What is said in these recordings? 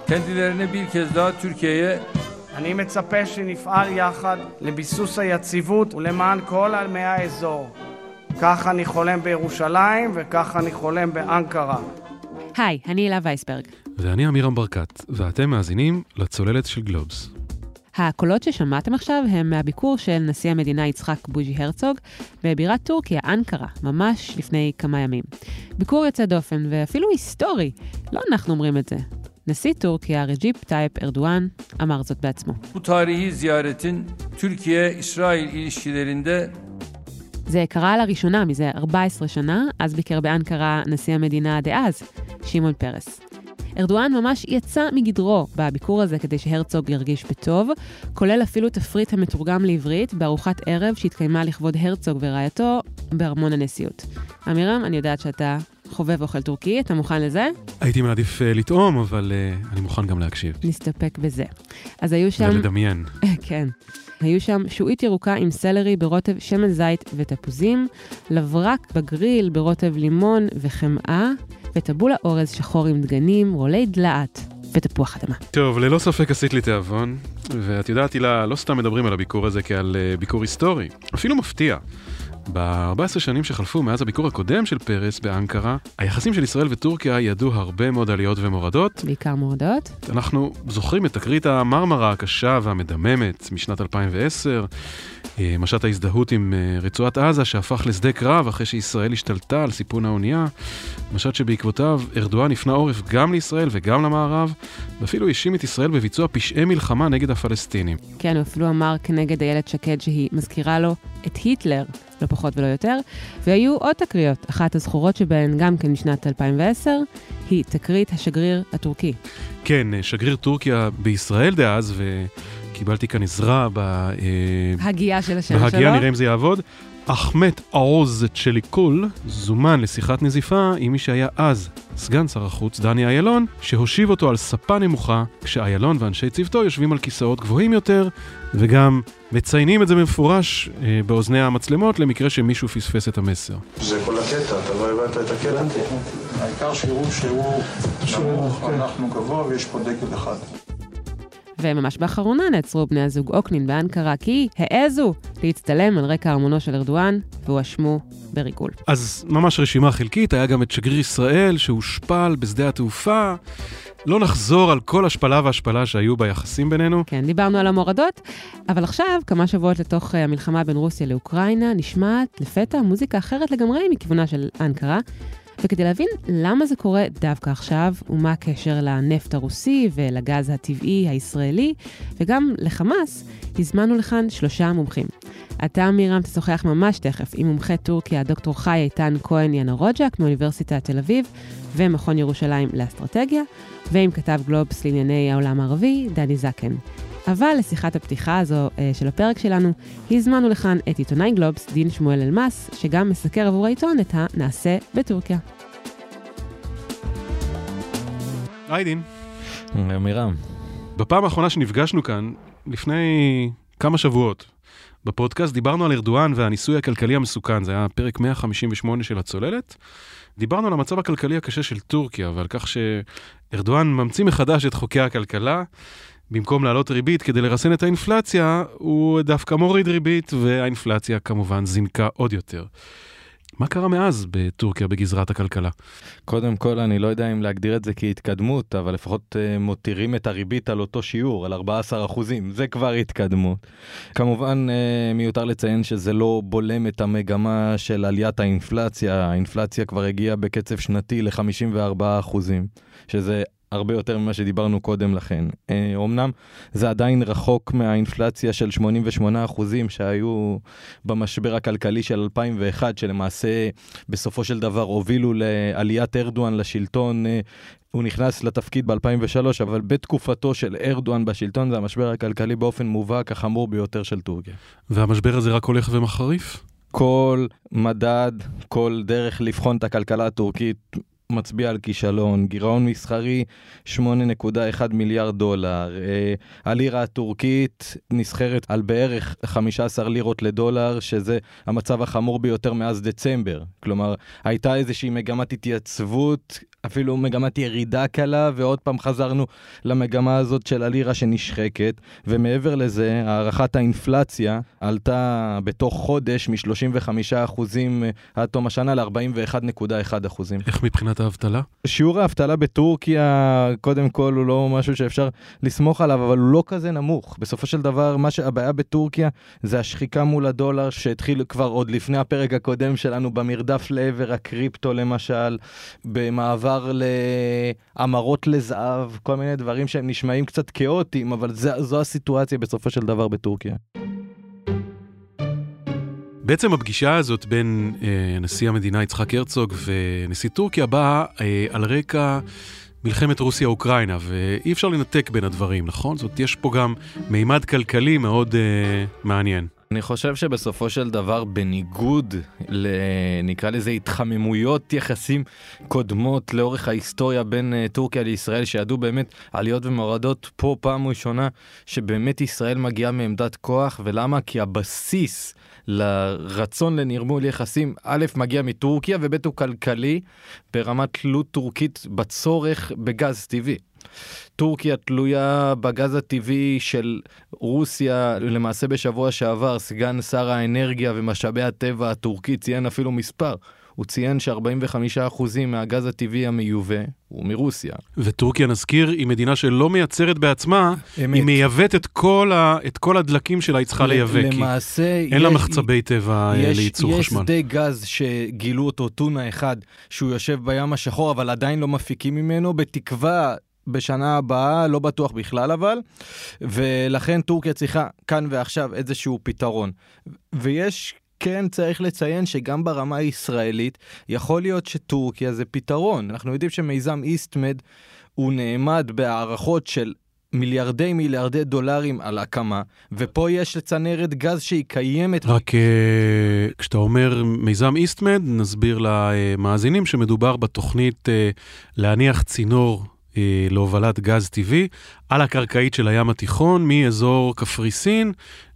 Kendilerine bir kez daha Türkiye'ye אני מצפה שנפעל יחד לביסוס היציבות ולמען כל עלמי האזור. כך אני חולם בירושלים וכך אני חולם באנקרה. היי, אני הילה וייסברג. ואני אמירם ברקת, ואתם מאזינים לצוללת של גלובס. הקולות ששמעתם עכשיו הם מהביקור של נשיא המדינה יצחק בוז'י הרצוג בבירת טורקיה, אנקרה, ממש לפני כמה ימים. ביקור יוצא דופן ואפילו היסטורי. לא אנחנו אומרים את זה. נשיא טורקיה, רג'יפ טייפ ארדואן, אמר זאת בעצמו. bu tarihi ziyaretin Türkiye-İsrail ilişkilerinde זה קרה לראשונה מזה 14 שנה, אז ביקר באנקרה נשיא המדינה דאז, שמעון פרס. ארדואן ממש יצא מגדרו בביקור הזה כדי שהרצוג ירגיש בטוב, כולל אפילו תפריט המתורגם לעברית בארוחת ערב שהתקיימה לכבוד הרצוג ורעייתו בארמון הנשיאות. אמירם, אני יודעת שאתה חובב אוכל טורקי, אתה מוכן לזה? הייתי מעדיף לטעום, אבל אני מוכן גם להקשיב. נסתפק בזה. אז היו שם... ולדמיין. כן. היו שם שועית ירוקה עם סלרי ברוטב שמן זית ותפוזים, לברק בגריל ברוטב לימון וחמאה, וטבולה אורז שחור עם דגנים, רולי דלעת ותפוח אדמה. טוב, ללא ספק עשית לי תיאבון, ואת יודעת, הילה, לא סתם מדברים על הביקור הזה כעל ביקור היסטורי, אפילו מפתיע. ב-14 שנים שחלפו מאז הביקור הקודם של פרס באנקרה, היחסים של ישראל וטורקיה ידעו הרבה מאוד עליות ומורדות. בעיקר מורדות. אנחנו זוכרים את תקרית המרמרה הקשה והמדממת משנת 2010, משט ההזדהות עם רצועת עזה שהפך לשדה קרב אחרי שישראל השתלטה על סיפון האונייה, משט שבעקבותיו ארדואן הפנה עורף גם לישראל וגם למערב, ואפילו האשים את ישראל בביצוע פשעי מלחמה נגד הפלסטינים. כן, הוא אפילו אמר כנגד איילת שקד שהיא מזכירה לו את היטלר, לא פחות ולא יותר, והיו עוד תקריות. אחת הזכורות שבהן גם כן משנת 2010 היא תקרית השגריר הטורקי. כן, שגריר טורקיה בישראל דאז, וקיבלתי כאן עזרה בהגייה של השם שלו. בהגייה נראה אם זה יעבוד. אחמד עוז צ'ליקול זומן לשיחת נזיפה עם מי שהיה אז סגן שר החוץ דני איילון, שהושיב אותו על ספה נמוכה, כשאיילון ואנשי צוותו יושבים על כיסאות גבוהים יותר, וגם מציינים את זה במפורש באוזני המצלמות, למקרה שמישהו פספס את המסר. זה כל הקטע, אתה לא הבנת את הקטע? העיקר שיראו שהוא נמוך, אנחנו גבוה ויש פה דגל אחד. וממש באחרונה נעצרו בני הזוג אוקנין באנקרה, כי העזו להצטלם על רקע ארמונו של ארדואן, והואשמו בריגול. אז ממש רשימה חלקית, היה גם את שגריר ישראל שהושפל בשדה התעופה. לא נחזור על כל השפלה והשפלה שהיו ביחסים בינינו. כן, דיברנו על המורדות, אבל עכשיו, כמה שבועות לתוך המלחמה בין רוסיה לאוקראינה, נשמעת לפתע מוזיקה אחרת לגמרי מכיוונה של אנקרה, וכדי להבין למה זה קורה דווקא עכשיו, ומה הקשר לנפט הרוסי ולגז הטבעי הישראלי, וגם לחמאס, הזמנו לכאן 3 מומחים. אתה, אמירם, תשוחח ממש תכף עם מומחה טורקיה, דוקטור חי איתן כהן ינרוג'ק מאוניברסיטת תל אביב, ומכון ירושלים לאסטרטגיה, ועם כתב גלובס לענייני העולם הערבי, דני זקן. אבל לשיחת הפתיחה הזו של הפרק שלנו, הזמנו לכאן את עיתונאי גלובס, דין שמואל אלמס, שגם מסקר עבור העיתון את הנעשה בטורקיה. היי דין. אמירם. בפעם האחרונה שנפגשנו כאן, לפני כמה שבועות, בפודקאסט דיברנו על ארדואן והניסוי הכלכלי המסוכן, זה היה פרק 158 של הצוללת. דיברנו על המצב הכלכלי הקשה של טורקיה, ועל כך שארדואן ממציא מחדש את חוקי הכלכלה, במקום לעלות ריבית כדי לרסן את האינפלציה, הוא דווקא מוריד ריבית, והאינפלציה כמובן זינקה עוד יותר. מה קרה מאז בטורקיה בגזרת הכלכלה? קודם כל, אני לא יודע אם להגדיר את זה כהתקדמות, אבל לפחות מותירים את הריבית על אותו שיעור, על 14%. זה כבר התקדמות. כמובן, מיותר לציין שזה לא בולם את המגמה של עליית האינפלציה. האינפלציה כבר הגיעה בקצב שנתי ל-54%, שזה הרבה יותר ממה שדיברנו קודם לכן. אמנם זה עדיין רחוק מהאינפלציה של 88% שהיו במשבר הכלכלי של 2001, שלמעשה בסופו של דבר הובילו לעליית ארדואן לשלטון. הוא נכנס לתפקיד ב-2003, אבל בתקופתו של ארדואן בשלטון זה המשבר הכלכלי באופן מובהק החמור ביותר של טורקיה. והמשבר הזה רק הולך ומחריף? כל מדד, כל דרך לבחון את הכלכלה הטורקית מצביע על כישלון, גירעון מסחרי 8.1 מיליארד דולר, הלירה הטורקית נסחרת על בערך 15 לירות לדולר, שזה המצב החמור ביותר מאז דצמבר. כלומר, הייתה איזושהי מגמת התייצבות, אפילו מגמת ירידה קלה, ועוד פעם חזרנו למגמה הזאת של הלירה שנשחקת, ומעבר לזה, הערכת האינפלציה עלתה בתוך חודש מ-35% עד תום השנה ל-41.1%. איך מבחינת האבטלה? שיעור האבטלה בטורקיה, קודם כל, הוא לא משהו שאפשר לסמוך עליו, אבל הוא לא כזה נמוך. בסופו של דבר, הבעיה בטורקיה זה השחיקה מול הדולר, שהתחיל כבר עוד לפני הפרק הקודם שלנו, במרדף לעבר הקריפטו למשל, במעבר לאמרות לזהב, כל מיני דברים שהם נשמעים קצת כאוטיים, אבל זו הסיטואציה בסופו של דבר בטורקיה. בעצם הפגישה הזאת בין נשיא המדינה יצחק הרצוג ונשיא טורקיה באה על רקע מלחמת רוסיה-אוקראינה, ואי אפשר לנתק בין הדברים, נכון? זאת אומרת, יש פה גם מימד כלכלי מאוד מעניין. אני חושב שבסופו של דבר, בניגוד נקרא לזה התחממויות יחסים קודמות לאורך ההיסטוריה בין טורקיה לישראל, שידעו באמת עליות ומורדות, פה פעם ראשונה שבאמת ישראל מגיעה מעמדת כוח. ולמה? כי הבסיס לרצון לנרמול יחסים, א', מגיע מטורקיה, וב', הוא כלכלי ברמת תלות טורקית בצורך בגז טבעי. טורקיה תלויה בגז הטבעי של רוסיה. למעשה בשבוע שעבר סגן שר האנרגיה ומשאבי הטבע הטורקי ציין אפילו מספר. הוא ציין ש45% מהגז הטבעי המיובא הוא מרוסיה. וטורקיה, נזכיר, היא מדינה שלא מייצרת בעצמה, היא מייבאת את כל הדלקים שלה, היא צריכה לייבא, למעשה, כי אין לה מחצבי טבע לייצור חשמל. יש שדה גז שגילו אותו, טונה אחד, שהוא יושב בים השחור, אבל עדיין לא מפיקים ממנו, בתקווה בשנה הבאה, לא בטוח בכלל אבל, ולכן טורקיה צריכה כאן ועכשיו איזשהו פתרון. ויש, כן, צריך לציין שגם ברמה הישראלית, יכול להיות שטורקיה זה פתרון. אנחנו יודעים שמיזם איסטמד הוא נעמד בהערכות של מיליארדי דולרים על הקמה, ופה יש לצנרת גז שהיא קיימת. רק כשאתה אומר מיזם איסטמד, נסביר למאזינים שמדובר בתוכנית להניח צינור להובלת גז טבעי על הקרקעית של הים התיכון, מאזור קפריסין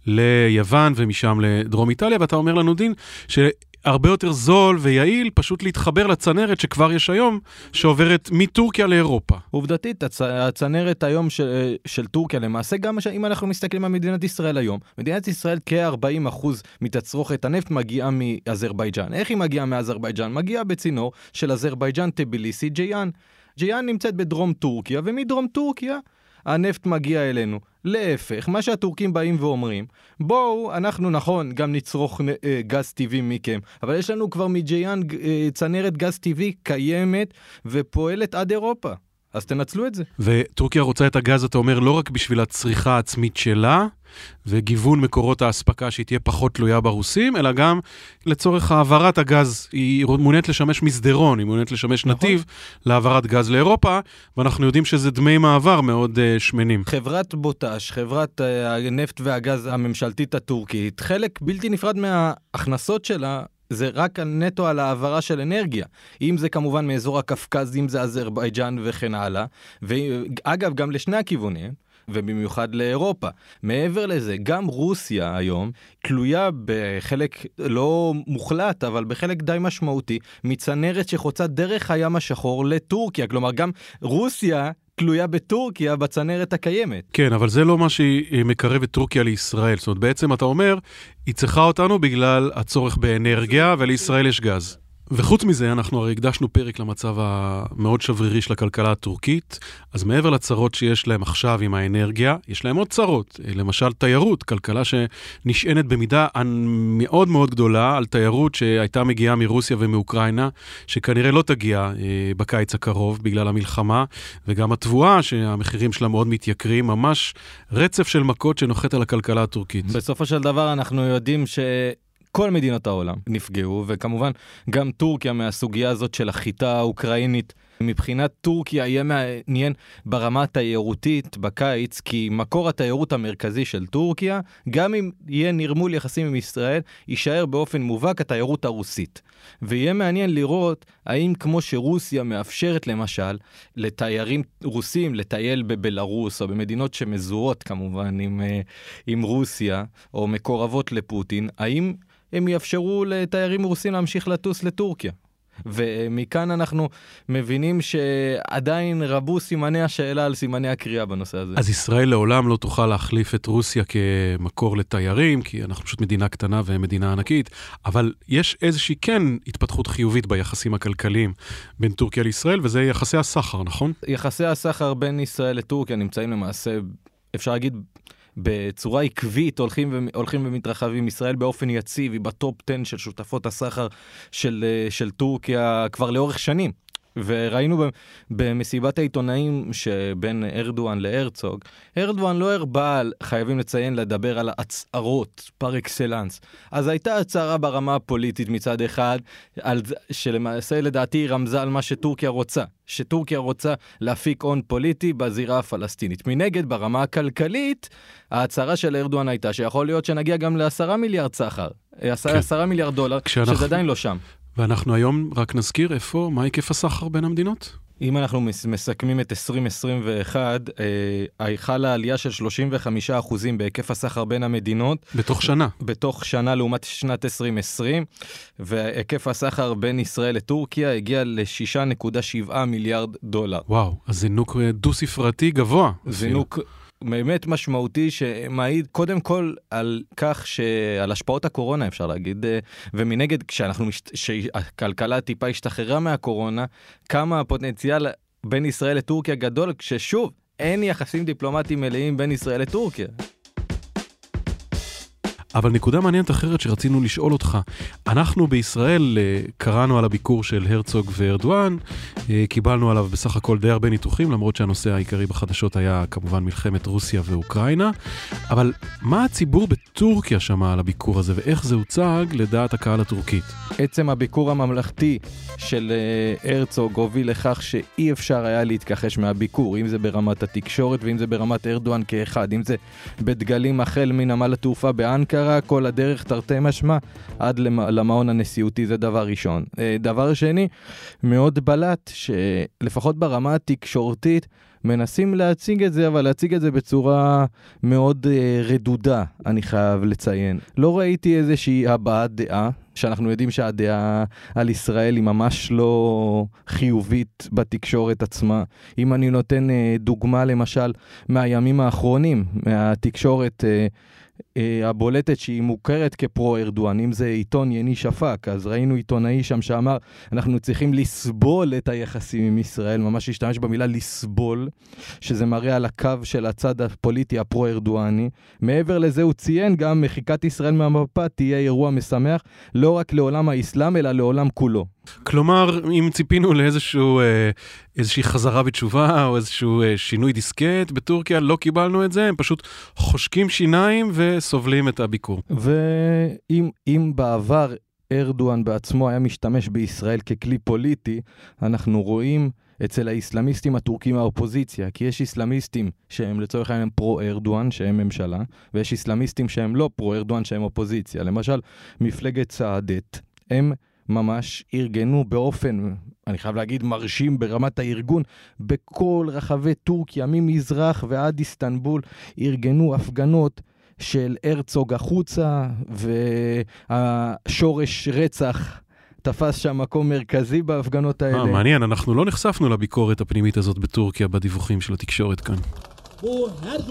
ליוון ומשם לדרום איטליה, ואתה אומר לנו דין שהרבה יותר זול ויעיל פשוט להתחבר לצנרת שכבר יש היום, שעוברת מטורקיה לאירופה. עובדתית, הצנרת היום של טורקיה, למעשה גם אם אנחנו מסתכלים על מדינת ישראל היום, מדינת ישראל כ-40% מתצרוכת הנפט מגיעה מאזרבייג'אן. איך היא מגיעה מאזרבייג'אן? מגיעה בצינור של אזרבייג'אן, טביליסי, ג'יאן. ג'יאן נמצאת בדרום טורקיה, ומדרום טורקיה הנפט מגיע אלינו. להפך, מה שהטורקים באים ואומרים, בואו, אנחנו נכון, גם נצרוך גז טבעי מכם, אבל יש לנו כבר מג'יאן צנרת גז טבעי קיימת ופועלת עד אירופה. אז תנצלו את זה. וטורקיה רוצה את הגז, אתה אומר, לא רק בשביל הצריכה העצמית שלה, וגיוון מקורות ההספקה שהיא תהיה פחות תלויה ברוסים, אלא גם לצורך העברת הגז. היא מעוניינת לשמש מסדרון, היא מעוניינת לשמש נתיב להעברת גז לאירופה, ואנחנו יודעים שזה דמי מעבר מאוד שמנים. חברת בוטש, חברת הנפט והגז הממשלתית הטורקית, חלק בלתי נפרד מההכנסות שלה, זה רק נטו על העברה של אנרגיה. אם זה כמובן מאזור הקפקז, אם זה אזרבייג'אן וכן הלאה. ואגב, גם לשני הכיוונים, ובמיוחד לאירופה. מעבר לזה, גם רוסיה היום תלויה בחלק לא מוחלט, אבל בחלק די משמעותי, מצנרת שחוצה דרך הים השחור לטורקיה. כלומר, גם רוסיה תלויה בטורקיה בצנרת הקיימת. כן, אבל זה לא מה שהיא מקרבת טורקיה לישראל. זאת אומרת, בעצם אתה אומר, היא צריכה אותנו בגלל הצורך באנרגיה, ולישראל יש גז. וחוץ מזה, אנחנו הרי הקדשנו פרק למצב המאוד שברירי של הכלכלה הטורקית, אז מעבר לצרות שיש להם עכשיו עם האנרגיה, יש להם עוד צרות, למשל תיירות, כלכלה שנשענת במידה מאוד מאוד גדולה על תיירות שהייתה מגיעה מרוסיה ומאוקראינה, שכנראה לא תגיע בקיץ הקרוב בגלל המלחמה, וגם התבואה שהמחירים שלה מאוד מתייקרים, ממש רצף של מכות שנוחת על הכלכלה הטורקית. בסופו של דבר אנחנו יודעים כל מדינות העולם נפגעו, וכמובן גם טורקיה מהסוגיה הזאת של החיטה האוקראינית. מבחינת טורקיה יהיה מעניין ברמה התיירותית בקיץ, כי מקור התיירות המרכזי של טורקיה, גם אם יהיה נרמול יחסים עם ישראל, יישאר באופן מובהק התיירות הרוסית. ויהיה מעניין לראות האם כמו שרוסיה מאפשרת למשל לתיירים רוסים לטייל בבלרוס או במדינות שמזוהות כמובן עם רוסיה או מקורבות לפוטין, האם הם יאפשרו לתיירים רוסים להמשיך לטוס לטורקיה. ומכאן אנחנו מבינים שעדיין רבו סימני השאלה על סימני הקריאה בנושא הזה. אז ישראל לעולם לא תוכל להחליף את רוסיה כמקור לתיירים, כי אנחנו פשוט מדינה קטנה ומדינה ענקית, אבל יש איזושהי כן התפתחות חיובית ביחסים הכלכליים בין טורקיה לישראל, וזה יחסי הסחר, נכון? יחסי הסחר בין ישראל לטורקיה נמצאים למעשה, אפשר להגיד, בצורה עקבית הולכים ומתרחבים. ישראל באופן יציב, היא בטופ 10 של שותפות הסחר של טורקיה כבר לאורך שנים. וראינו במסיבת העיתונאים שבין ארדואן לארצוג, ארדואן לא הרבה, חייבים לציין, לדבר על ההצהרות פר אקסלנס. אז הייתה הצהרה ברמה הפוליטית מצד אחד, שלמעשה לדעתי רמזה על מה שטורקיה רוצה. שטורקיה רוצה להפיק הון פוליטי בזירה הפלסטינית. מנגד, ברמה הכלכלית, ההצהרה של ארדואן הייתה שיכול להיות שנגיע גם ל10 מיליארד סחר. 10 מיליארד דולר, שזה עדיין לא שם. ואנחנו היום רק נזכיר איפה, מה היקף הסחר בין המדינות? אם אנחנו מסכמים את 2021, חלה עלייה של 35% בהיקף הסחר בין המדינות. בתוך שנה. בתוך שנה לעומת שנת 2020, והיקף הסחר בין ישראל לטורקיה הגיע ל$6.7 מיליארד. וואו, אז זינוק דו-ספרתי גבוה. זינוק באמת משמעותי שמעיד קודם כל על כך שעל השפעות הקורונה אפשר להגיד, ומנגד שהכלכלה טיפה השתחררה מהקורונה, כמה הפוטנציאל בין ישראל לטורקיה גדול, כששוב אין יחסים דיפלומטיים מלאים בין ישראל לטורקיה. אבל נקודה מעניינת אחרת שרצינו לשאול אותך, אנחנו בישראל קראנו על הביקור של הרצוג וארדואן, קיבלנו עליו בסך הכל די הרבה ניתוחים, למרות שהנושא העיקרי בחדשות היה כמובן מלחמת רוסיה ואוקראינה, אבל מה הציבור בטורקיה שמע על הביקור הזה, ואיך זה הוצג לדעת הקהל הטורקית? עצם הביקור הממלכתי של הרצוג הוביל לכך שאי אפשר היה להתכחש מהביקור, אם זה ברמת התקשורת ואם זה ברמת ארדואן כאחד, אם זה בדגלים החל מנמל התעופה באנקרה, כל הדרך תרתי משמע עד למעון הנשיאותי, זה דבר ראשון. דבר שני, מאוד בלט שלפחות ברמה התקשורתית מנסים להציג את זה, אבל להציג את זה בצורה מאוד רדודה, אני חייב לציין. לא ראיתי איזושהי הבעת דעה, שאנחנו יודעים שהדעה על ישראל היא ממש לא חיובית בתקשורת עצמה. אם אני נותן דוגמה למשל מהימים האחרונים, מהתקשורת הבולטת שהיא מוכרת כפרו-ארדואן, אם זה עיתון יני שפק, אז ראינו עיתונאי שם שאמר, אנחנו צריכים לסבול את היחסים עם ישראל, ממש להשתמש במילה לסבול, שזה מראה על הקו של הצד הפוליטי הפרו-ארדואני. מעבר לזה הוא ציין גם מחיקת ישראל מהמפה תהיה אירוע משמח, לא רק לעולם האסלאם, אלא לעולם כולו. כלומר, אם ציפינו לאיזושהי חזרה בתשובה או איזשהו שינוי דיסקט בטורקיה, לא קיבלנו את זה, הם פשוט חושקים שיניים וסובלים את הביקור. ואם בעבר ארדואן בעצמו היה משתמש בישראל ככלי פוליטי, אנחנו רואים אצל האסלאמיסטים הטורקים האופוזיציה, כי יש אסלאמיסטים שהם לצורך העניין פרו-ארדואן, שהם ממשלה, ויש אסלאמיסטים שהם לא פרו-ארדואן, שהם אופוזיציה. למשל, מפלגת סעדת, הם ממש ארגנו באופן, אני חייב להגיד, מרשים ברמת הארגון, בכל רחבי טורקיה, ממזרח ועד איסטנבול, ארגנו הפגנות של הרצוג החוצה, והשורש רצח תפס שם מקום מרכזי בהפגנות האלה. מעניין, אנחנו לא נחשפנו לביקורת הפנימית הזאת בטורקיה בדיווחים של התקשורת כאן. Bu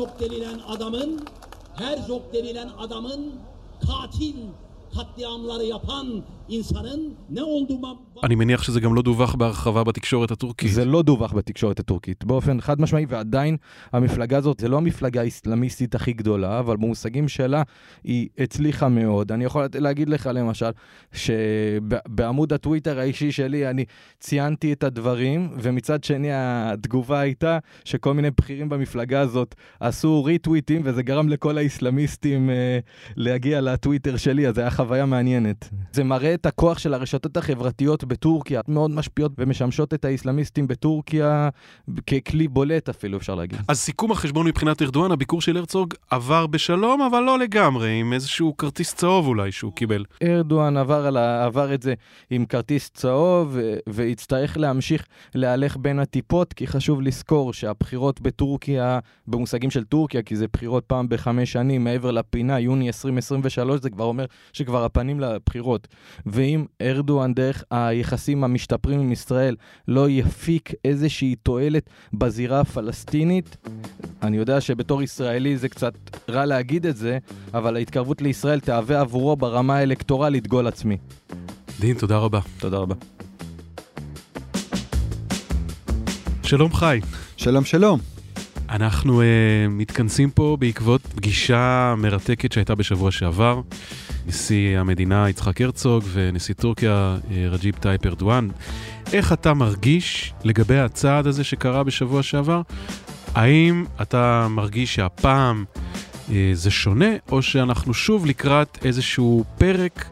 Herzog denilen adamın katil katliamları yapan insanın ne olduğuma... אני מניח שזה גם לא דווח בהרחבה בתקשורת הטורקית. זה לא דווח בתקשורת הטורקית, באופן חד משמעי, ועדיין המפלגה הזאת, זה לא המפלגה האסלאמיסטית הכי גדולה, אבל במושגים שלה היא הצליחה מאוד. אני יכול להגיד לך למשל, שבעמוד הטוויטר האישי שלי אני ציינתי את הדברים, ומצד שני התגובה הייתה שכל מיני בכירים במפלגה הזאת עשו ריטוויטים, וזה גרם לכל האסלאמיסטים להגיע לטוויטר שלי, אז זה היה חוויה מעניינת. זה מראה את הכוח של הרשתות החברתיות בטורקיה, מאוד משפיעות ומשמשות את האסלאמיסטים בטורקיה ככלי בולט אפילו, אפשר להגיד. אז סיכום החשבון מבחינת ארדואן, הביקור של הרצוג עבר בשלום, אבל לא לגמרי, עם איזשהו כרטיס צהוב אולי שהוא קיבל. ארדואן עבר את זה עם כרטיס צהוב, והצטרך להמשיך להלך בין הטיפות, כי חשוב לזכור שהבחירות בטורקיה, במושגים של טורקיה, כי זה בחירות פעם ב5 שנים, מעבר לפינה, יוני 2023, זה כבר אומר שכבר הפנים לבחירות. ואם ארדואן דרך היחסים המשתפרים עם ישראל לא יפיק איזושהי תועלת בזירה הפלסטינית, אני יודע שבתור ישראלי זה קצת רע להגיד את זה, אבל ההתקרבות לישראל תהווה עבורו ברמה האלקטורלית גול עצמי. דין, תודה רבה. תודה רבה. שלום חי. שלום שלום. אנחנו מתכנסים פה בעקבות פגישה מרתקת שהייתה בשבוע שעבר. נשיא המדינה יצחק הרצוג ונשיא טורקיה רג'יפ טייפ ארדואן. איך אתה מרגיש לגבי הצעד הזה שקרה בשבוע שעבר? האם אתה מרגיש שהפעם זה שונה, או שאנחנו שוב לקראת איזשהו פרק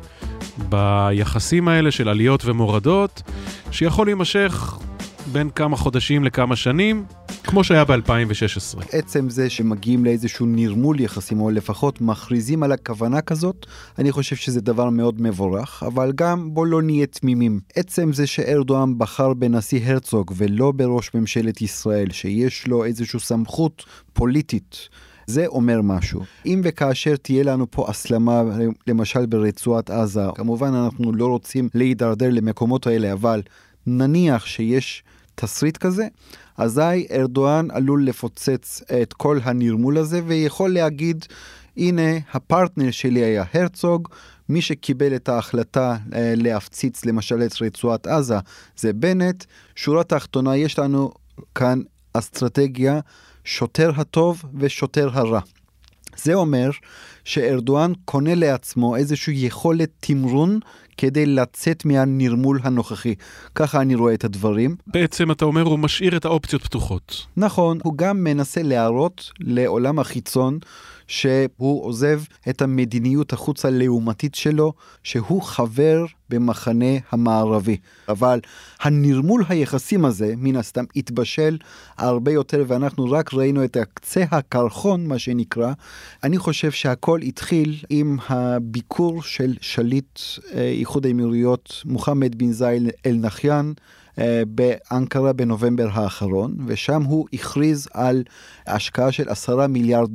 ביחסים האלה של עליות ומורדות, שיכול להימשך בין כמה חודשים לכמה שנים, כמו שהיה ב-2016. עצם זה שמגיעים לאיזשהו נרמול יחסים, או לפחות מכריזים על הכוונה כזאת, אני חושב שזה דבר מאוד מבורך, אבל גם בוא לא נהיה תמימים. עצם זה שארדואן בחר בנשיא הרצוג ולא בראש ממשלת ישראל, שיש לו איזושהי סמכות פוליטית, זה אומר משהו. אם וכאשר תהיה לנו פה הסלמה, למשל ברצועת עזה, כמובן אנחנו לא רוצים להידרדר למקומות האלה, אבל נניח שיש תסריט כזה, אזי ארדואן עלול לפוצץ את כל הנרמול הזה, ויכול להגיד, הנה הפרטנר שלי היה הרצוג, מי שקיבל את ההחלטה להפציץ למשל את רצועת עזה זה בנט. שורה תחתונה, יש לנו כאן אסטרטגיה שוטר הטוב ושוטר הרע. זה אומר שארדואן קונה לעצמו איזושהי יכולת תמרון כדי לצאת מהנרמול הנוכחי. ככה אני רואה את הדברים. בעצם אתה אומר הוא משאיר את האופציות פתוחות. נכון, הוא גם מנסה להראות לעולם החיצון שהוא עוזב את המדיניות החוץ הלאומתית שלו, שהוא חבר במחנה המערבי. אבל הנרמול היחסים הזה, מן הסתם, התבשל הרבה יותר, ואנחנו רק ראינו את הקצה הקרחון, מה שנקרא. אני חושב שהכל התחיל עם הביקור של שליט איחוד האמירויות, מוחמד בן זאיד אל נהיאן, באנקרה בנובמבר האחרון, ושם הוא הכריז על השקעה של $10 מיליארד.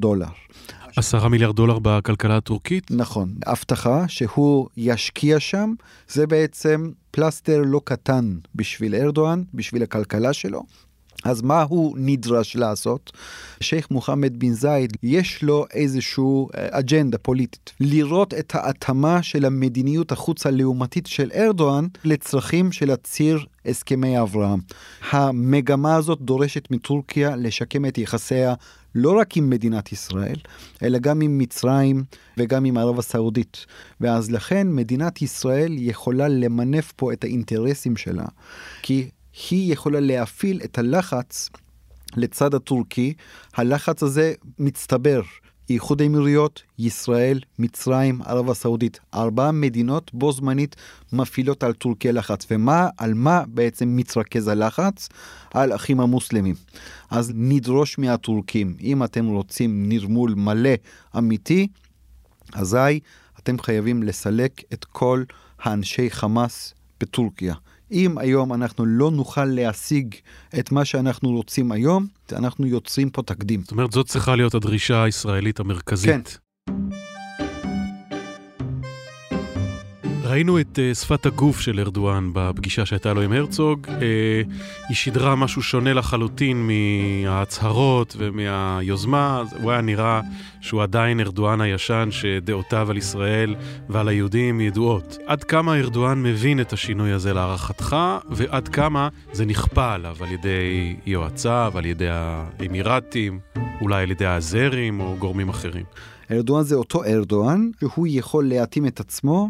$10 מיליארד בכלכלה הטורקית? נכון. הבטחה שהוא ישקיע שם, זה בעצם פלסטר לא קטן בשביל ארדואן, בשביל הכלכלה שלו. אז מה הוא נדרש לעשות? שייך מוחמד בן זאיד, יש לו איזשהו אג'נדה פוליטית. לראות את ההתאמה של המדיניות החוץ הלאומתית של ארדואן לצרכים של הציר הסכמי אברהם. המגמה הזאת דורשת מטורקיה לשקם את יחסיה לא רק עם מדינת ישראל, אלא גם עם מצרים וגם עם ערב הסעודית. ואז לכן מדינת ישראל יכולה למנף פה את האינטרסים שלה, כי היא יכולה להפעיל את הלחץ לצד הטורקי. הלחץ הזה מצטבר. איחוד האמירויות, ישראל, מצרים, ערב הסעודית. 4 מדינות בו זמנית מפעילות על טורקיה לחץ. על מה בעצם מתרכז הלחץ? על אחים המוסלמים. אז נדרוש מהטורקים, אם אתם רוצים נרמול מלא אמיתי, אזי אתם חייבים לסלק את כל האנשי חמאס בטורקיה. אם היום אנחנו לא נוכל להשיג את מה שאנחנו רוצים היום, אנחנו יוצרים פה תקדים. זאת אומרת, זאת צריכה להיות הדרישה הישראלית המרכזית. כן. ראינו את שפת הגוף של ארדואן בפגישה שהייתה לו עם הרצוג. היא שידרה משהו שונה לחלוטין מההצהרות ומהיוזמה. הוא היה נראה שהוא עדיין ארדואן הישן, שדעותיו על ישראל ועל היהודים ידועות. עד כמה ארדואן מבין את השינוי הזה להערכתך, ועד כמה זה נכפה עליו על ידי יועציו, על ידי האמירתים, אולי על ידי האזרים או גורמים אחרים? ארדואן זה אותו ארדואן, שהוא יכול להתאים את עצמו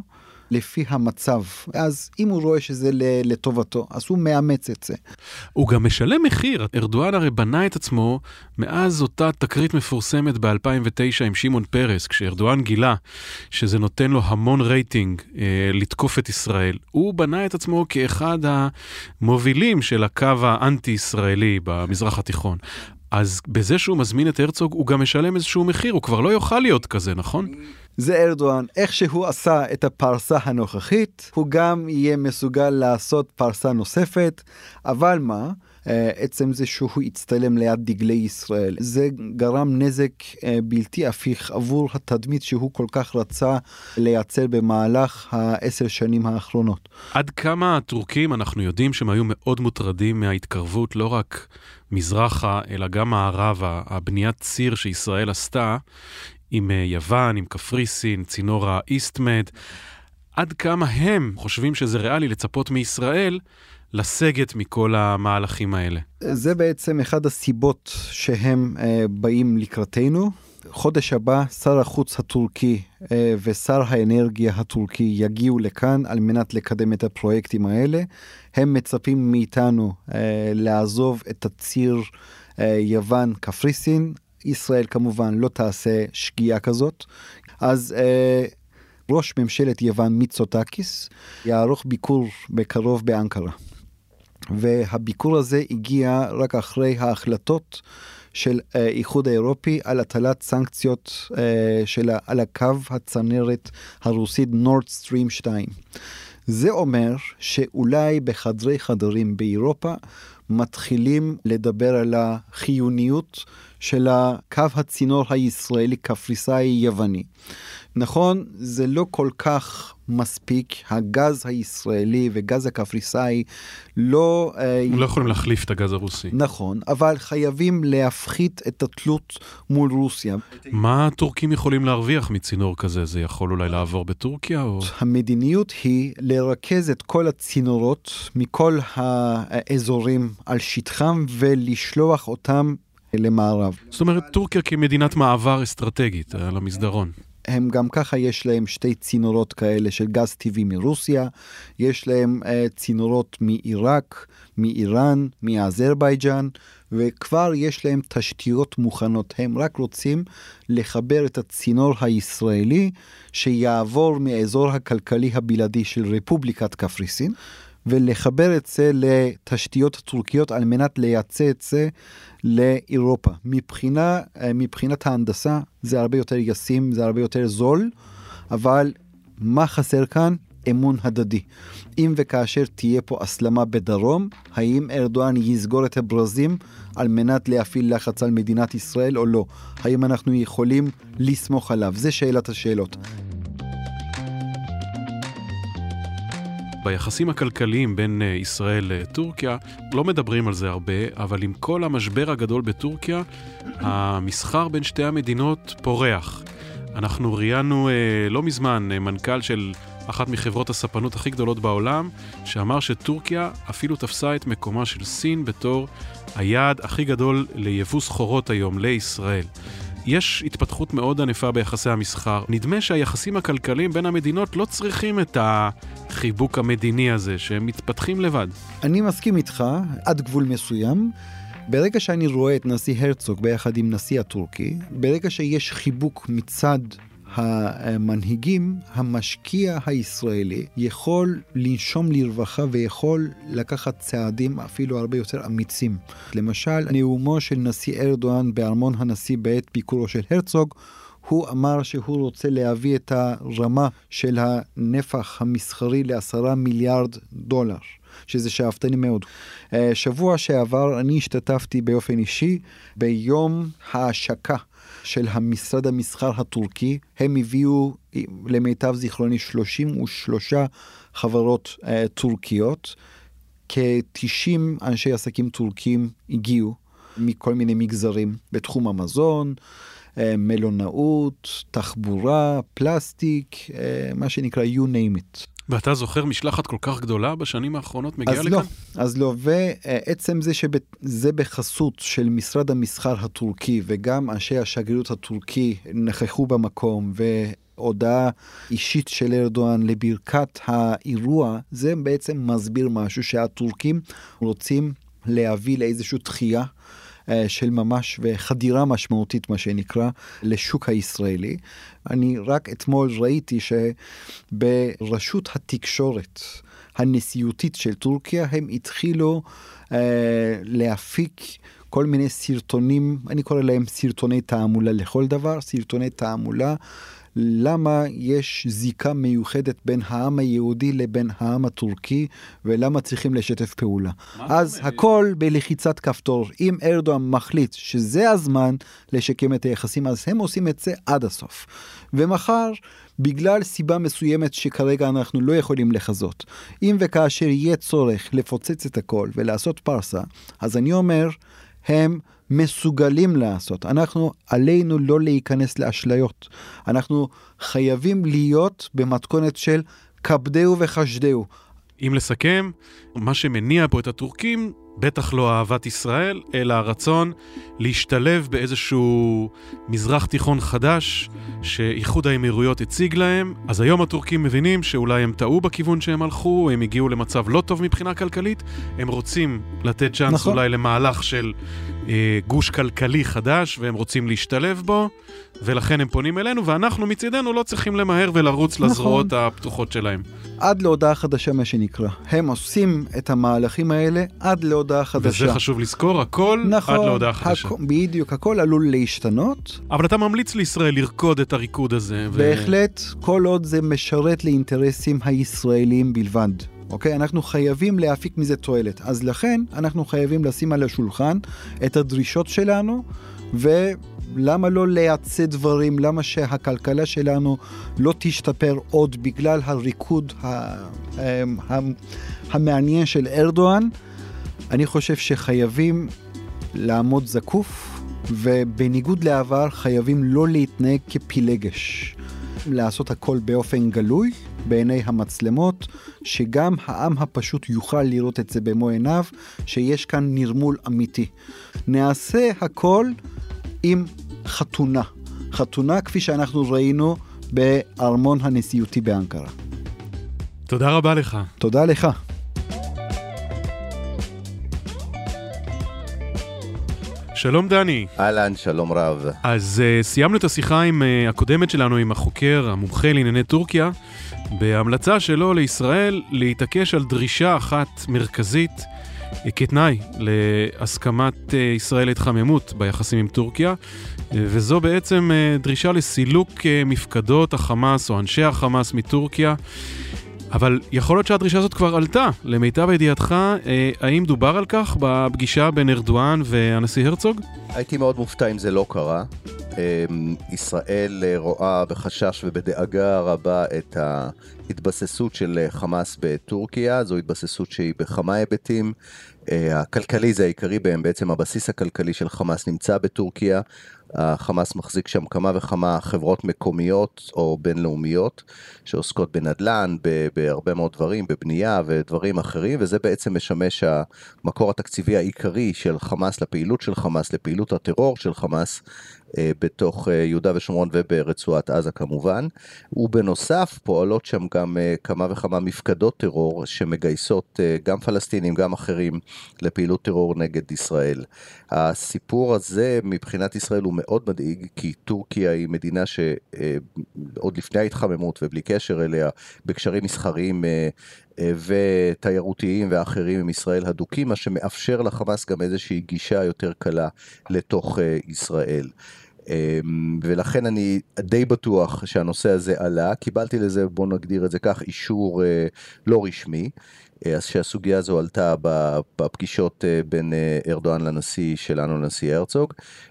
לפי המצב. אז אם הוא רואה שזה לטובתו, אז הוא מאמץ את זה. הוא גם משלם מחיר. ארדואן הרי בנה את עצמו מאז אותה תקרית מפורסמת ב-2009 עם שמעון פרס, כשארדואן גילה שזה נותן לו המון רייטינג לתקוף את ישראל. הוא בנה את עצמו כאחד המובילים של הקו האנטי-ישראלי במזרח התיכון. אז בזה שהוא מזמין את הרצוג, הוא גם משלם איזשהו מחיר, הוא כבר לא יוכל להיות כזה, נכון? זה ארדואן, איך שהוא עשה את הפרסה הנוכחית, הוא גם יהיה מסוגל לעשות פרסה נוספת, אבל מה? עצם זה שהוא הצטלם ליד דגלי ישראל, זה גרם נזק בלתי הפיך עבור התדמית שהוא כל כך רצה לייצר במהלך 10 שנים האחרונות. עד כמה הטורקים אנחנו יודעים שהם היו מאוד מוטרדים מההתקרבות, לא רק מזרחה, אלא גם מערבה, הבניית ציר שישראל עשתה, עם יוון, עם קפריסין, צינור האיסטמד, עד כמה הם חושבים שזה ריאלי לצפות מישראל לסגת מכל המהלכים האלה? זה בעצם אחד הסיבות שהם באים לקראתנו. חודש הבא שר החוץ הטורקי ושר האנרגיה הטורקי יגיעו לכאן על מנת לקדם את הפרויקטים האלה. הם מצפים מאיתנו לעזוב את הציר יוון קפריסין. ישראל כמובן לא תעשה שגיאה כזאת. אז ראש ממשלת יוון מיצוטקיס יערוך ביקור בקרוב באנקרה. והביקור הזה הגיע רק אחרי ההחלטות של איחוד האירופי על הטלת סנקציות על הקו הצנרת הרוסית נורד סטרים 2. זה אומר שאולי בחדרי חדרים באירופה מתחילים לדבר על החיוניות של הקו הצינור הישראלי קפריסאי יווני. נכון, זה לא כל כך מספיק, הגז הישראלי וגז הקפריסאי לא יכולים להחליף את הגז הרוסי. נכון, אבל חייבים להפחית את התלות מול רוסיה. מה הטורקים יכולים להרוויח מצינור כזה? זה יכול אולי לעבור בטורקיה? או... המדיניות היא לרכז את כל הצינורות מכל האזורים על שטחם ולשלוח אותם למערב. זאת אומרת, טורקיה כמדינת מעבר אסטרטגית על המסדרון. הם גם ככה יש להם 2 צינורות כאלה של גז טבעי מרוסיה, יש להם צינורות מעיראק, מאיראן, מאזרבייג'אן, וכבר יש להם תשתיות מוכנות. הם רק רוצים לחבר את הצינור הישראלי שיעבור מאזור הכלכלי הבלעדי של רפובליקת קפריסין, ולחבר את זה לתשתיות הטורקיות על מנת לייצא את זה לאירופה. מבחינת ההנדסה זה הרבה יותר ישים, זה הרבה יותר זול, אבל מה חסר כאן? אמון הדדי. אם וכאשר תהיה פה הסלמה בדרום, האם ארדואן יסגור את הברזים על מנת להפעיל לחץ על מדינת ישראל או לא? האם אנחנו יכולים לסמוך עליו? זה שאלת השאלות. ביחסים הכלכליים בין ישראל לטורקיה, לא מדברים על זה הרבה, אבל עם כל המשבר הגדול בטורקיה, המסחר בין שתי המדינות פורח. אנחנו ראיינו לא מזמן מנכ"ל של אחת מחברות הספנות הכי גדולות בעולם, שאמר שטורקיה אפילו תפסה את מקומה של סין בתור היעד הכי גדול ליבוא סחורות היום לישראל. יש התפתחות מאוד ענפה ביחסי המסחר. נדמה שהיחסים הכלכליים בין המדינות לא צריכים את החיבוק המדיני הזה, שהם מתפתחים לבד. אני מסכים איתך עד גבול מסוים. ברגע שאני רואה את נשיא הרצוג ביחד עם נשיא הטורקי, ברגע שיש חיבוק מצד המנהיגים, המשקיע הישראלי יכול לנשום לרווחה ויכול לקחת צעדים אפילו הרבה יותר אמיצים. למשל, נאומו של נשיא ארדואן בארמון הנשיא בעת ביקורו של הרצוג, הוא אמר שהוא רוצה להביא את הרמה של הנפח המסחרי ל$10 מיליארד, שזה שאפתני מאוד. שבוע שעבר אני השתתפתי באופן אישי ביום ההשקה של המשרד המסחר הטורקי. הם הביאו למיטב זיכרוני 33 חברות טורקיות, כ-90 אנשי עסקים טורקים הגיעו מכל מיני מגזרים בתחום המזון, מלונאות, תחבורה, פלסטיק, מה שנקרא you name it. ואתה זוכר משלחת כל כך גדולה בשנים האחרונות מגיעה לכאן? אז לא, ועצם זה שזה בחסות של משרד המסחר הטורקי, וגם אנשי השגרירות הטורקי נכחו במקום, הודעה אישית של ארדואן לברכת האירוע, זה בעצם מסביר משהו שהטורקים רוצים להביא לאיזושהי דחייה של ממש וחדירה משמעותית, מה שנקרא, לשוק הישראלי. אני רק אתמול ראיתי שברשות התקשורת הנשיאותית של טורקיה, הם התחילו להפיק כל מיני סרטונים, אני קורא להם סרטוני תעמולה לכל דבר, סרטוני תעמולה, למה יש זיקה מיוחדת בין העם היהודי לבין העם הטורקי, ולמה צריכים לשתף פעולה. אז הכל בלחיצת כפתור. אם ארדואן מחליט שזה הזמן לשקם את היחסים, אז הם עושים את זה עד הסוף. ומחר, בגלל סיבה מסוימת שכרגע אנחנו לא יכולים לחזות, אם וכאשר יהיה צורך לפוצץ את הכל ולעשות פרסה, אז אני אומר, הם מסוגלים לעשות. עלינו לא להיכנס לאשליות. אנחנו חייבים להיות במתכונת של כבדהו וחשדהו. אם לסכם, מה שמניע פה את הטורקים, בטח לא אהבת ישראל, אלא הרצון להשתלב באיזשהו מזרח תיכון חדש שאיחוד האמירויות הציג להם. אז היום הטורקים מבינים שאולי הם טעו בכיוון שהם הלכו, הם הגיעו למצב לא טוב מבחינה כלכלית, הם רוצים לתת צ'אנס נכון. אולי למהלך של גוש כלכלי חדש, והם רוצים להשתלב בו, ולכן הם פונים אלינו, ואנחנו מצידנו לא צריכים למהר ולרוץ נכון. לזרועות הפתוחות שלהם. עד להודעה חדשה מה שנקרא. הם עושים את המהלכים האלה עד להודעה חדשה. וזה חשוב לזכור, הכל נכון, עד להודעה חדשה. בדיוק, הכל עלול להשתנות. אבל אתה ממליץ לישראל לרקוד את הריקוד הזה. בהחלט, כל עוד זה משרת לאינטרסים הישראלים בלבד. אוקיי? אנחנו חייבים להפיק מזה תועלת. אז לכן אנחנו חייבים לשים על השולחן את הדרישות שלנו, ולמה לא לייצא דברים, למה שהכלכלה שלנו לא תשתפר עוד בגלל הריקוד המעניין של ארדואן. אני חושב שחייבים לעמוד זקוף, ובניגוד לעבר חייבים לא להתנהג כפילגש. לעשות הכל באופן גלוי, בעיני המצלמות, שגם העם הפשוט יוכל לראות את זה במו עיניו, שיש כאן נרמול אמיתי. נעשה הכל עם חתונה. חתונה כפי שאנחנו ראינו בארמון הנשיאותי באנקרה. תודה רבה לך. תודה לך. שלום דני. אהלן, שלום רב. אז סיימנו את השיחה הקודמת שלנו עם החוקר, המומחה לענייני טורקיה, בהמלצה שלו לישראל להתעקש על דרישה אחת מרכזית כתנאי להסכמת ישראל להתחממות ביחסים עם טורקיה, וזו בעצם דרישה לסילוק מפקדות החמאס או אנשי החמאס מטורקיה. אבל יכול להיות שהדרישה הזאת כבר עלתה. למיטב הידיעתך, האם דובר על כך בפגישה בין ארדואן והנשיא הרצוג? הייתי מאוד מופתע אם זה לא קרה. ישראל רואה בחשש ובדאגה רבה את ההתבססות של חמאס בטורקיה. זו התבססות שהיא בכמה היבטים. הכלכלי זה העיקרי בהם, בעצם הבסיס הכלכלי של חמאס נמצא בטורקיה. החמאס מחזיק שם כמה וכמה חברות מקומיות או בינלאומיות שעוסקות בנדלן, בהרבה מאוד דברים, בבנייה ודברים אחרים, וזה בעצם משמש המקור התקציבי העיקרי של חמאס לפעילות של חמאס, לפעילות הטרור של חמאס בתוך יהודה ושומרון וברצועת עזה כמובן. ובנוסף פועלות שם גם כמה וכמה מפקדות טרור שמגייסות גם פלסטינים גם אחרים לפעילות טרור נגד ישראל. הסיפור הזה מבחינת ישראל הוא מאוד מדאיג, כי טורקיה היא מדינה שעוד לפני ההתחממות ובלי קשר אליה בקשרים מסחריים ותיירותיים ואחרים עם ישראל הדוקים, מה שמאפשר לחמאס גם איזושהי גישה יותר קלה לתוך ישראל. ולכן אני די בטוח שהנושא הזה עלה. קיבלתי לזה, בוא נגדיר את זה כך, אישור לא רשמי, אז שהסוגיה הזו עלתה בפגישות בין ארדואן לנשיא שלנו, לנשיא הרצוג,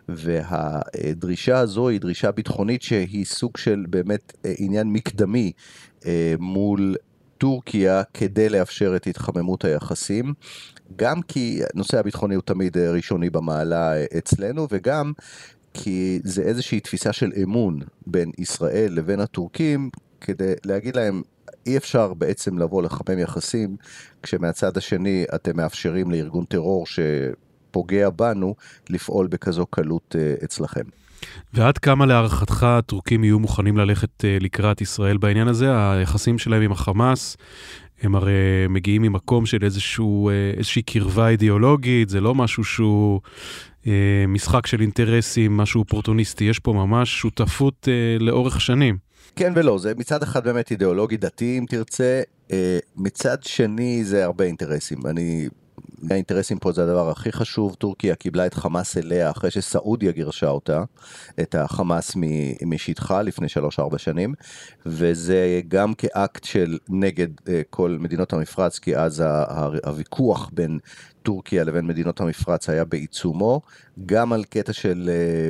והדרישה הזו היא דרישה ביטחונית שהיא סוג של באמת עניין מקדמי מול טורקיה כדי לאפשר את התחממות היחסים, גם כי הנושא הביטחוני הוא תמיד ראשוני במעלה אצלנו, וגם כי זה איזושהי תפיסה של אמון בין ישראל לבין הטורקים, כדי להגיד להם, אי אפשר בעצם לבוא לחמם יחסים, כשמהצד השני אתם מאפשרים לארגון טרור פוגע בנו לפעול בכזו קלות אצלכם. ועד כמה להערכתך הטורקים יהיו מוכנים ללכת לקראת ישראל בעניין הזה? היחסים שלהם עם החמאס, הם הרי מגיעים ממקום של איזושהי קרבה אידיאולוגית, זה לא משהו שהוא משחק של אינטרסים, משהו אופורטוניסטי, יש פה ממש שותפות לאורך שנים. כן ולא, זה מצד אחד באמת אידיאולוגי דתי, אם תרצה, מצד שני זה הרבה אינטרסים. האינטרסים פה זה הדבר הכי חשוב. טורקיה קיבלה את חמאס אליה אחרי שסעודיה גירשה אותה, את החמאס משטחה לפני 3-4 שנים, וזה גם כאקט של נגד כל מדינות המפרץ, כי אז הוויכוח בין טורקיה לבין מדינות המפרץ היה בעיצומו, גם על קטע של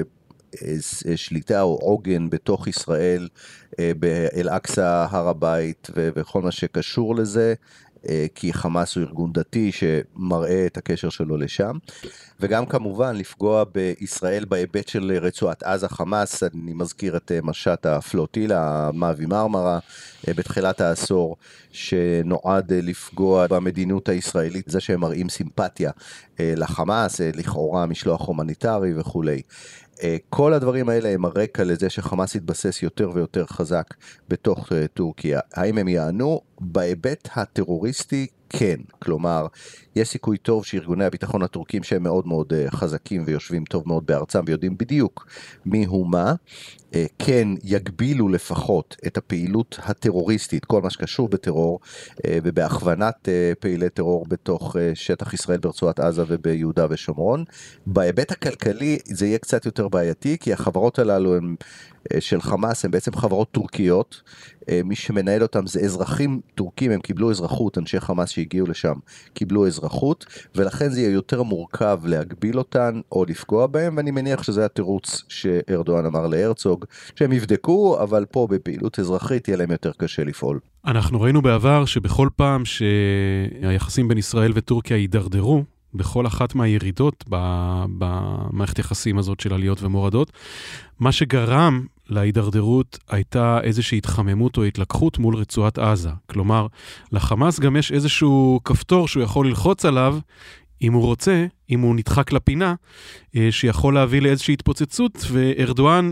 שליטה או עוגן בתוך ישראל, באל-אקצא, הר הבית וכל מה שקשור לזה, כי חמאס הוא ארגון דתי שמראה את הקשר שלו לשם, וגם כמובן לפגוע בישראל בהיבט של רצועת עזה. חמאס, אני מזכיר את משט הפלוטילה, מאבי מרמרה, בתחילת העשור, שנועד לפגוע במדיניות הישראלית, זה שהם מראים סימפתיה לחמאס, לכאורה משלוח הומניטרי וכולי. כל הדברים האלה הם הרקע לזה שחמאס יתבסס יותר ויותר חזק בתוך טורקיה. האם הם יענו? בהיבט הטרוריסטי כן, כלומר יש סיכוי טוב שארגוני הביטחון הטורקים שהם מאוד מאוד חזקים ויושבים טוב מאוד בארצם ויודעים בדיוק מי הוא מה, כן יגבילו לפחות את הפעילות הטרוריסטית, כל מה שקשור בטרור ובהכוונת פעילי טרור בתוך שטח ישראל ברצועת עזה וביהודה ושומרון. בהיבט הכלכלי זה יהיה קצת יותר בעייתי, כי החברות הללו הם של חמאס, הם בעצם חברות טורקיות, מי שמנהל אותם זה אזרחים טורקים, הם קיבלו אזרחות, אנשי חמאס שהגיעו לשם קיבלו אזרחות, ולכן זה יהיה יותר מורכב להגביל אותן או לפגוע בהם, ואני מניח שזה התירוץ שארדואן אמר להרצוג, שהם יבדקו, אבל פה בפעילות אזרחית יהיה להם יותר קשה לפעול. אנחנו ראינו בעבר שבכל פעם שהיחסים בין ישראל וטורקיה יידרדרו, בכל אחת מהירידות במערכת יחסים הזאת של עליות ומורדות, מה שגרם להידרדרות הייתה איזושהי התחממות או התלקחות מול רצועת עזה. כלומר, לחמאס גם יש איזשהו כפתור שהוא יכול ללחוץ עליו, אם הוא רוצה, אם הוא נדחק לפינה, שיכול להביא לאיזושהי התפוצצות, וארדואן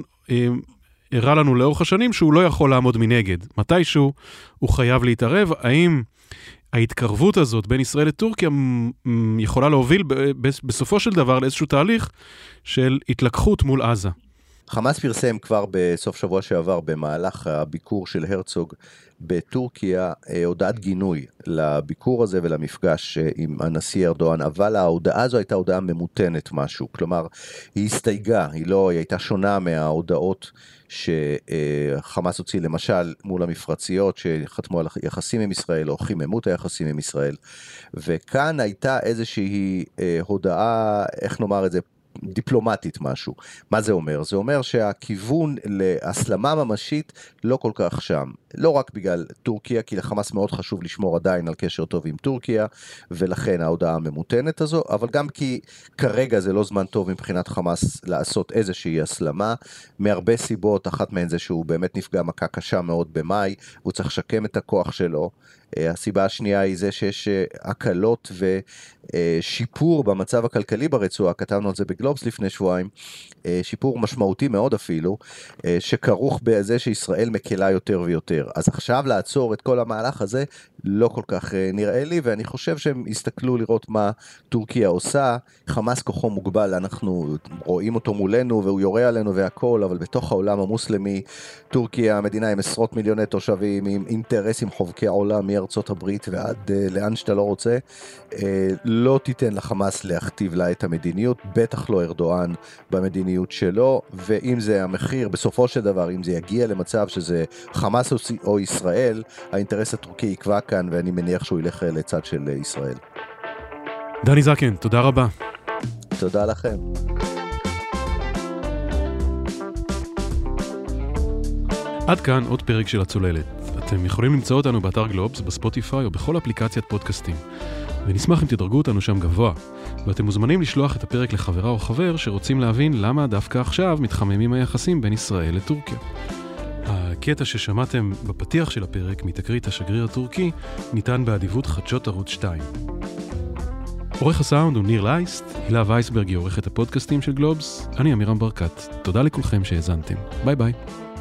הראה לנו לאורך השנים שהוא לא יכול לעמוד מנגד. מתישהו הוא חייב להתערב. האם ההתקרבות הזאת בין ישראל לטורקיה יכולה להוביל בסופו של דבר לאיזשהו תהליך של התלקחות מול עזה? חמאס פרסם כבר בסוף שבוע שעבר במהלך הביקור של הרצוג בטורקיה הודעת גינוי לביקור הזה ולמפגש עם הנשיא ארדואן, אבל ההודעה הזו הייתה הודעה ממותנת משהו, כלומר היא הסתייגה, היא הייתה שונה מההודעות שחמאס הוציא למשל מול המפרציות שחתמו על יחסים עם ישראל או חיממות היחסים עם ישראל, וכאן הייתה איזושהי הודעה, איך נאמר את זה, דיפלומטית משהו. מה זה אומר? זה אומר שהכיוון להסלמה ממשית לא כל כך שם. לא רק בגלל טורקיה, כי לחמאס מאוד חשוב לשמור עדיין על קשר טוב עם טורקיה, ולכן ההודעה הממותנת הזו, אבל גם כי כרגע זה לא זמן טוב מבחינת חמאס לעשות איזושהי הסלמה, מהרבה סיבות, אחת מהן זה שהוא באמת נפגע מכה קשה מאוד במאי, הוא צריך לשקם את הכוח שלו. הסיבה השנייה היא זה שיש הקלות ושיפור במצב הכלכלי ברצועה, כתבנו על זה בגלובס לפני שבועיים, שיפור משמעותי מאוד אפילו, שכרוך בזה שישראל מקלה יותר ויותר. אז עכשיו לעצור את כל המהלך הזה לא כל כך נראה לי, ואני חושב שהם הסתכלו לראות מה טורקיה עושה. חמאס כוחו מוגבל, אנחנו רואים אותו מולנו והוא יורה עלינו והכל, אבל בתוך העולם המוסלמי, טורקיה מדינה עם עשרות מיליוני תושבים, עם אינטרסים חובקי העולם מארצות הברית ועד לאן שאתה לא רוצה, לא תיתן לחמאס להכתיב לה את המדיניות, בטח לא ארדואן במדיניות שלו, ואם זה המחיר, בסופו של דבר, אם זה יגיע למצב שזה חמאס או ישראל, האינטרס הטורקי יקבע כאן, ואני מניח שהוא ילך לצד של ישראל. דני זקן, תודה רבה. תודה לכם. עד כאן עוד פרק של הצוללת. אתם יכולים למצוא אותנו באתר גלובס, בספוטיפיי או בכל אפליקציית פודקאסטים. ונשמח אם תדרגו אותנו שם גבוה. ואתם מוזמנים לשלוח את הפרק לחברה או חבר שרוצים להבין למה דווקא עכשיו מתחממים היחסים בין ישראל לטורקיה. הקטע ששמעתם בפתיח של הפרק מתקרית השגריר הטורקי ניתן באדיבות חדשות ערוץ 2. עורך הסאונד הוא ניר לייסט, הילה וייסברג היא עורכת הפודקאסטים של גלובס, אני אמירם ברקת. תודה לכולכם שהאזנתם. ביי ביי.